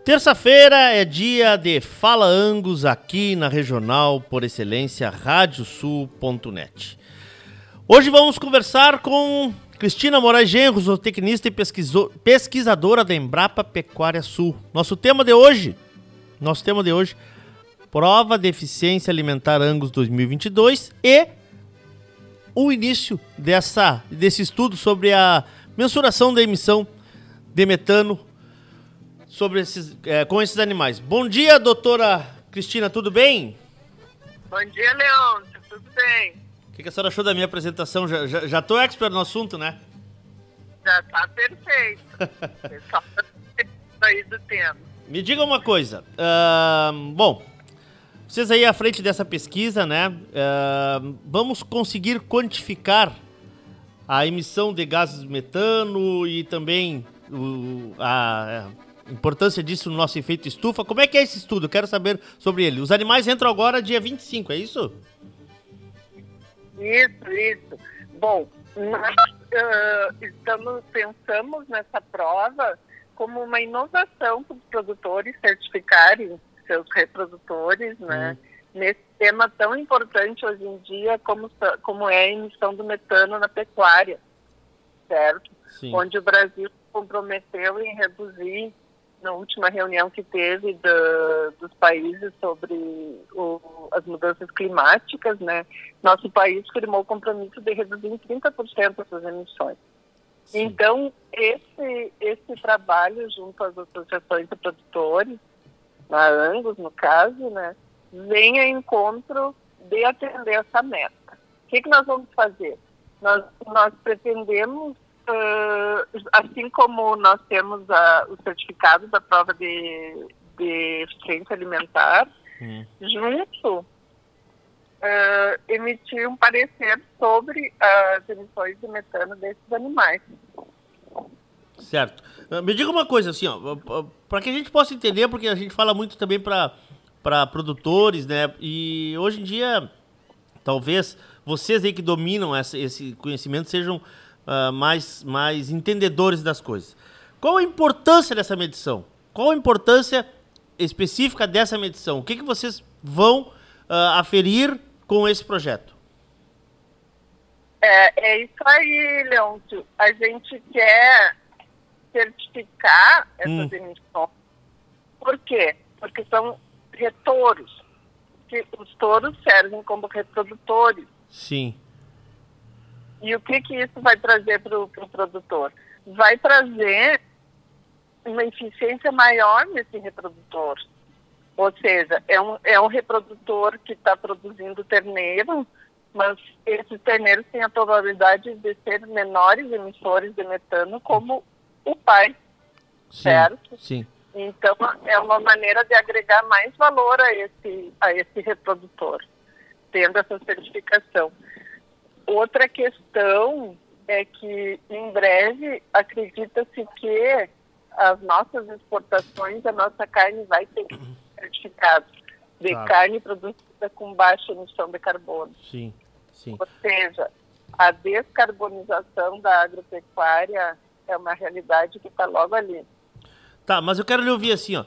Terça-feira é dia de Fala Angus aqui na Regional por Excelência radiosul.net. Hoje vamos conversar com Cristina Moraes Genro, zootecnista e pesquisadora da Embrapa Pecuária Sul. Nosso tema de hoje, Prova de Eficiência Alimentar Angus 2022 e o início desse estudo sobre a mensuração da emissão de metano com esses animais. Bom dia, doutora Cristina, tudo bem? Bom dia, Leôncio, tudo bem? O que a senhora achou da minha apresentação? Já tô expert no assunto, né? Já tá perfeito. Só aí do tema. Me diga uma coisa. Vocês aí à frente dessa pesquisa, né? Vamos conseguir quantificar a emissão de gases de metano e também a importância disso no nosso efeito estufa. Como é que é esse estudo? Eu quero saber sobre ele. Os animais entram agora dia 25, é isso? Isso. Bom, nós pensamos nessa prova como uma inovação para os produtores certificarem seus reprodutores, né? Nesse tema tão importante hoje em dia como é a emissão do metano na pecuária, certo? Sim. Onde o Brasil se comprometeu em reduzir, na última reunião que teve dos países sobre as mudanças climáticas, né? Nosso país firmou o compromisso de reduzir em 30% as suas emissões. Sim. Então, esse trabalho junto às associações de produtores, na Angus, no caso, né, vem ao encontro de atender essa meta. O que nós vamos fazer? Nós pretendemos, assim como nós temos o certificado da prova de eficiência alimentar, junto emitir um parecer sobre as emissões de metano desses animais. Certo. Me diga uma coisa, assim, para que a gente possa entender, porque a gente fala muito também para produtores, né? E hoje em dia, talvez vocês aí que dominam esse conhecimento sejam mais entendedores das coisas. Qual a importância dessa medição? Qual a importância específica dessa medição? O que vocês vão aferir com esse projeto? É isso aí, Leôncio. A gente quer certificar essas emissões. Por quê? Porque são retouros. Que os touros servem como reprodutores. Sim. E o que isso vai trazer para o produtor? Vai trazer uma eficiência maior nesse reprodutor. Ou seja, é um reprodutor que está produzindo terneiro, mas esses terneiros têm a probabilidade de ser menores emissores de metano como o pai, sim, certo? Sim. Então, é uma maneira de agregar mais valor a esse reprodutor, tendo essa certificação. Outra questão é que, em breve, acredita-se que as nossas exportações, a nossa carne vai ter certificado de carne produzida com baixa emissão de carbono. Sim. Ou seja, a descarbonização da agropecuária é uma realidade que está logo ali. Tá, mas eu quero lhe ouvir assim,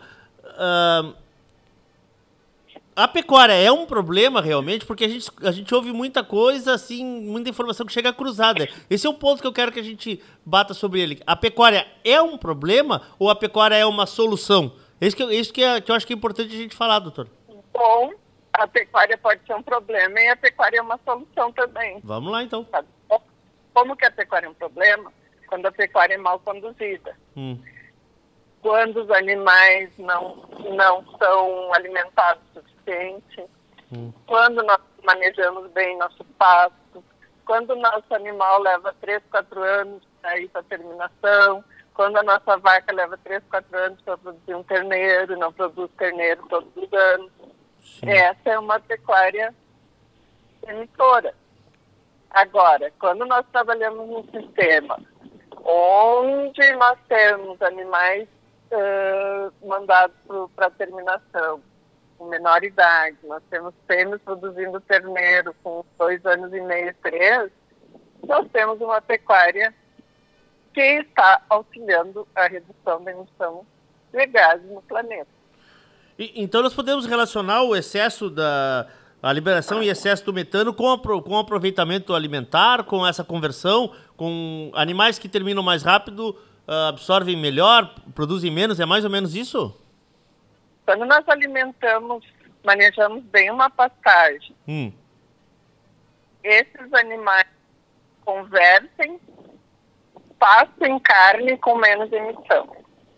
a pecuária é um problema realmente, porque a gente ouve muita coisa, assim, muita informação que chega cruzada. Esse é o ponto que eu quero que a gente bata sobre ele. A pecuária é um problema ou a pecuária é uma solução? Isso que eu acho que é importante a gente falar, doutor. Bom, a pecuária pode ser um problema e a pecuária é uma solução também. Vamos lá, então. Como que a pecuária é um problema? Quando a pecuária é mal conduzida. Quando os animais não são alimentados o suficiente. Quando nós manejamos bem nosso pasto. Quando o nosso animal leva 3, 4 anos para ir para a terminação. Quando a nossa vaca leva 3, 4 anos para produzir um terneiro, não produz terneiro todos os anos. Sim. Essa é uma pecuária emissora. Agora, quando nós trabalhamos num sistema onde nós temos animais mandados para a terminação, com menor idade, nós temos fêmeas produzindo terneiro com 2 anos e meio, 3, nós temos uma pecuária que está auxiliando a redução da emissão de gases no planeta. Então nós podemos relacionar o excesso a liberação e excesso do metano com o aproveitamento alimentar, com essa conversão, com animais que terminam mais rápido, absorvem melhor, produzem menos, é mais ou menos isso? Quando nós manejamos bem uma pastagem, esses animais convertem, pasto em carne com menos emissão.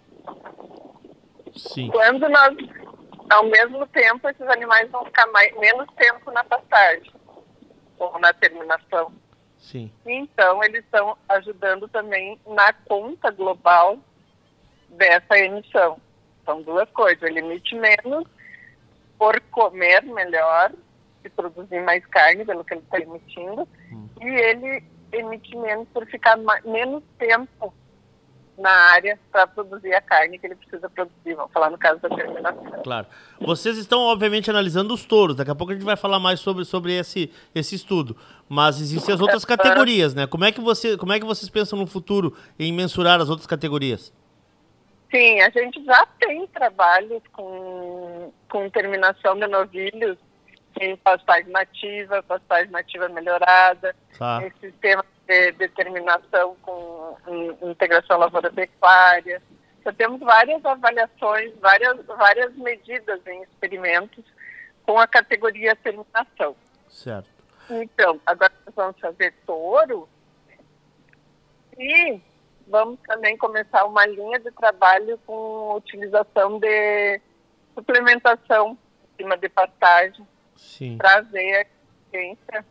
Sim. Quando nós, ao mesmo tempo, esses animais vão ficar menos tempo na pastagem ou na terminação. Sim. Então, eles estão ajudando também na conta global dessa emissão. São duas coisas, ele emite menos por comer melhor e produzir mais carne, pelo que ele está emitindo, e ele emite menos por ficar menos tempo na área para produzir a carne que ele precisa produzir. Vamos falar no caso da terminação. Claro. Vocês estão, obviamente, analisando os touros. Daqui a pouco a gente vai falar mais sobre esse estudo. Mas existem as outras categorias, né? Como é que vocês pensam no futuro em mensurar as outras categorias? Sim, a gente já tem trabalhos com terminação de novilhos em pastagem nativa melhorada, em sistema de determinação com integração lavoura-pecuária. Já temos várias avaliações, várias medidas em experimentos com a categoria terminação. Certo. Então, agora nós vamos fazer touro e vamos também começar uma linha de trabalho com utilização de suplementação em cima de pastagem, para ver a eficiência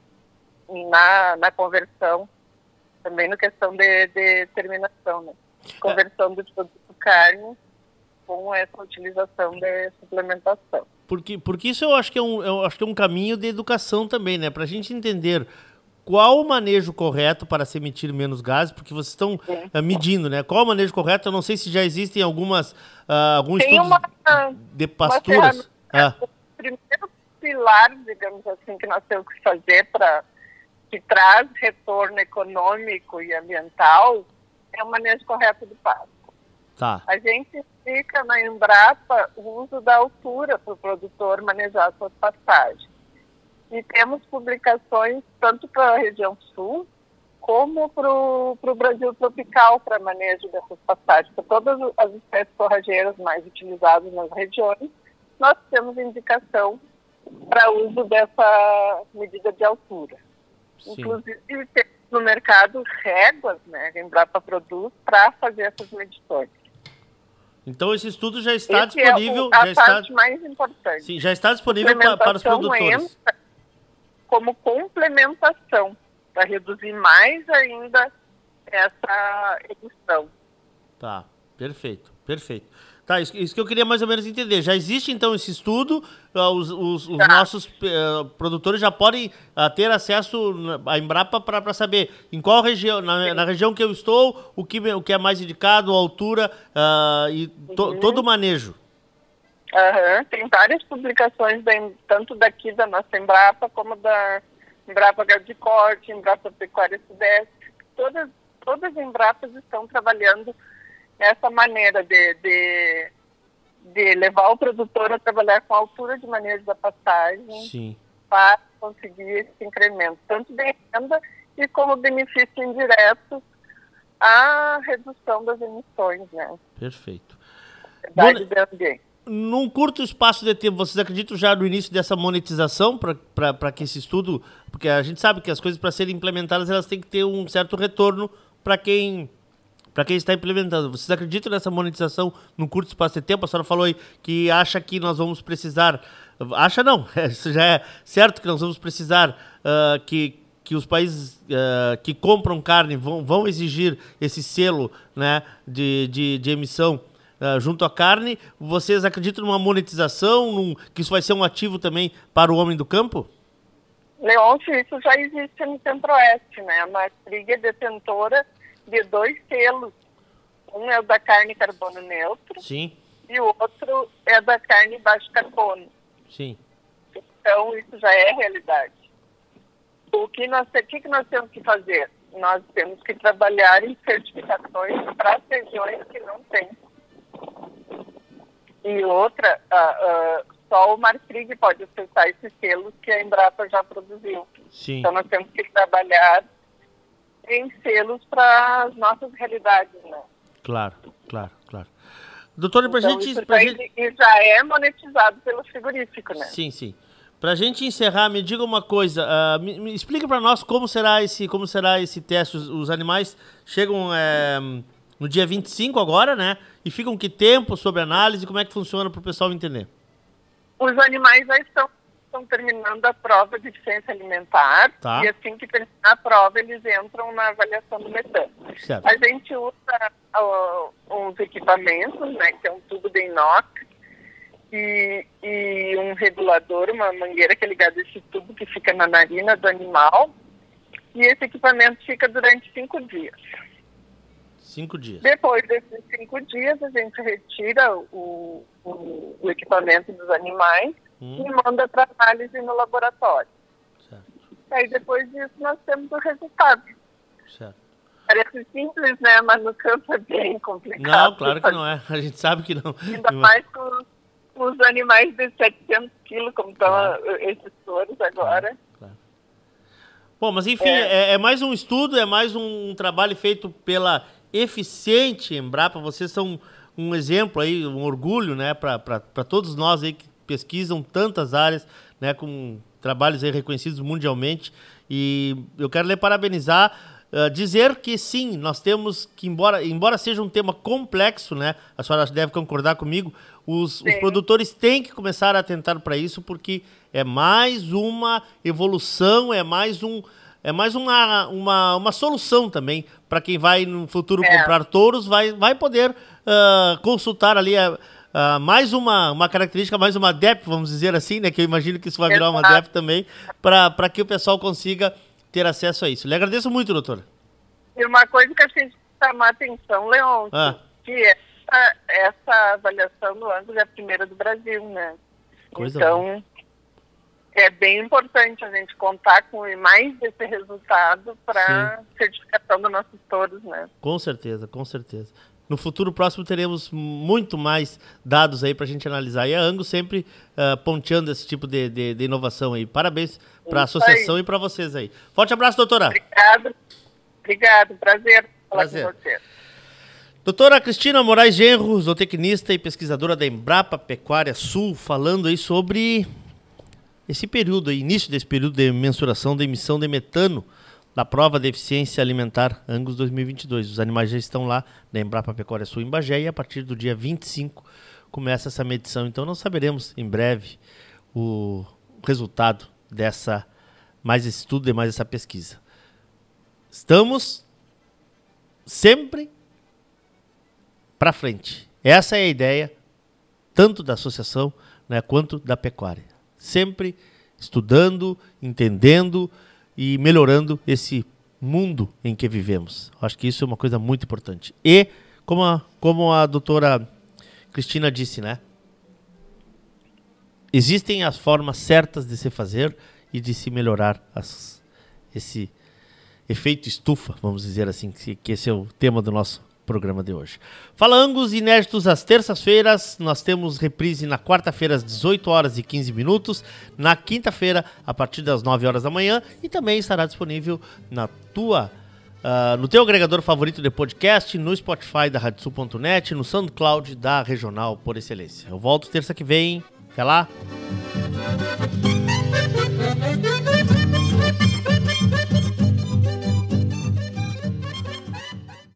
na conversão, também na questão de terminação, né? Conversão do produto carne com essa utilização de suplementação. Porque isso eu acho que é um caminho de educação também, né? Para a gente entender qual o manejo correto para se emitir menos gases, porque vocês estão medindo, né? Qual o manejo correto? Eu não sei se já existem alguns estudos de pasturas. O primeiro pilar, digamos assim, que nós temos que fazer que traz retorno econômico e ambiental é o manejo correto do pasto. Tá. A gente indica na Embrapa o uso da altura para o produtor manejar suas pastagens. E temos publicações tanto para a região sul como para o Brasil tropical para manejo dessas pastagens. Para todas as espécies forrageiras mais utilizadas nas regiões, nós temos indicação para uso dessa medida de altura. Sim. Inclusive, temos no mercado réguas, né, que a Embrapa produz para fazer essas medições. Então, esse estudo já está disponível... É a parte mais importante. Sim, já está disponível para os produtores. Como complementação, para reduzir mais ainda essa emissão. Tá, perfeito. Tá, isso que eu queria mais ou menos entender. Já existe, então, esse estudo, os nossos produtores já podem ter acesso à Embrapa para saber em qual região, na região que eu estou, o que é mais indicado, a altura e todo o manejo. Tem várias publicações, tanto daqui da nossa Embrapa, como da Embrapa Gado de Corte, Embrapa Pecuária Sudeste. Todas as Embrapas estão trabalhando essa maneira de levar o produtor a trabalhar com a altura de manejo da pastagem. Sim. Para conseguir esse incremento, tanto de renda e como benefício indireto à redução das emissões, né? Perfeito. Do ambiente. Num curto espaço de tempo, vocês acreditam já no início dessa monetização para que esse estudo... Porque a gente sabe que as coisas, para serem implementadas, elas têm que ter um certo retorno para quem está implementando. Vocês acreditam nessa monetização num curto espaço de tempo? A senhora falou aí que acha que nós vamos precisar... Acha não, isso já é certo que nós vamos precisar que os países que compram carne vão exigir esse selo, né, de emissão junto à carne. Vocês acreditam numa monetização, que isso vai ser um ativo também para o homem do campo? Leôncio, isso já existe no Centro-Oeste, né? A Marfrig é detentora de 2 selos. Um é o da carne carbono neutro. Sim. E o outro é da carne baixo carbono. Sim. Então, isso já é realidade. O que nós temos que fazer? Nós temos que trabalhar em certificações para as regiões que não têm E outra, só o Marfrig pode acessar esses selos que a Embrapa já produziu. Sim. Então nós temos que trabalhar em selos para as nossas realidades, né? Claro. Doutora, então, gente... E já é monetizado pelo frigorífico, né? Sim. Pra gente encerrar, me diga uma coisa, me explica para nós como será esse teste. Os animais chegam no dia 25 agora, né? E ficam que tempo sobre análise? Como é que funciona para o pessoal entender? Os animais já estão terminando a prova de eficiência alimentar, tá. E assim que terminar a prova, eles entram na avaliação do metano. Certo. A gente usa uns equipamentos, né, que é um tubo de inox e um regulador, uma mangueira que é ligada a esse tubo que fica na narina do animal, e esse equipamento fica durante 5 dias. 5 dias. Depois desses 5 dias, a gente retira o equipamento dos animais e manda para análise no laboratório. Certo. Aí depois disso nós temos o resultado. Certo. Parece simples, né? Mas no campo é bem complicado. Não, claro que não é. A gente sabe que não. Ainda mais com os animais de 700 quilos, como estão esses touros agora. Claro. Bom, mas enfim, é mais um estudo, é mais um trabalho feito pela eficiente Embrapa. Vocês são um exemplo aí, um orgulho, né, para todos nós aí que pesquisam tantas áreas, né, com trabalhos aí reconhecidos mundialmente. E eu quero lhe parabenizar, dizer que sim, nós temos que, embora seja um tema complexo, né, a senhora deve concordar comigo, os produtores têm que começar a atentar para isso, porque é mais uma evolução, é mais uma solução também para quem vai no futuro comprar touros, vai poder consultar ali mais uma característica, mais uma DEP, vamos dizer assim, né? Que eu imagino que isso vai virar uma DEP também, para que o pessoal consiga ter acesso a isso. Lhe agradeço muito, doutora. E uma coisa que a gente chamar a atenção, Leon, que essa avaliação do Angus é a primeira do Brasil, né? Então, é bem importante a gente contar com mais desse resultado para certificação dos nossos touros, né? Com certeza. No futuro próximo teremos muito mais dados aí para a gente analisar. E a Angus sempre ponteando esse tipo de inovação aí. Parabéns para a associação e para vocês aí. Forte abraço, doutora. Obrigado. Prazer falar com você. Doutora Cristina Moraes Genro, zootecnista e pesquisadora da Embrapa Pecuária Sul, falando aí sobre esse período, início desse período de mensuração da emissão de metano da prova de eficiência alimentar Angus 2022. Os animais já estão lá na Embrapa Pecuária Sul em Bagé e a partir do dia 25 começa essa medição. Então nós saberemos em breve o resultado mais esse estudo e mais essa pesquisa. Estamos sempre para frente. Essa é a ideia tanto da associação, né, quanto da pecuária. Sempre estudando, entendendo e melhorando esse mundo em que vivemos. Acho que isso é uma coisa muito importante. E, como a doutora Cristina disse, né? Existem as formas certas de se fazer e de se melhorar esse efeito estufa, vamos dizer assim, que esse é o tema do nosso programa de hoje. Fala Angus, inéditos às terças-feiras, nós temos reprise na quarta-feira às 18 horas e 15 minutos, na quinta-feira a partir das 9 horas da manhã e também estará disponível no teu agregador favorito de podcast, no Spotify da radiosul.net, no SoundCloud da Regional por Excelência. Eu volto terça que vem, até lá!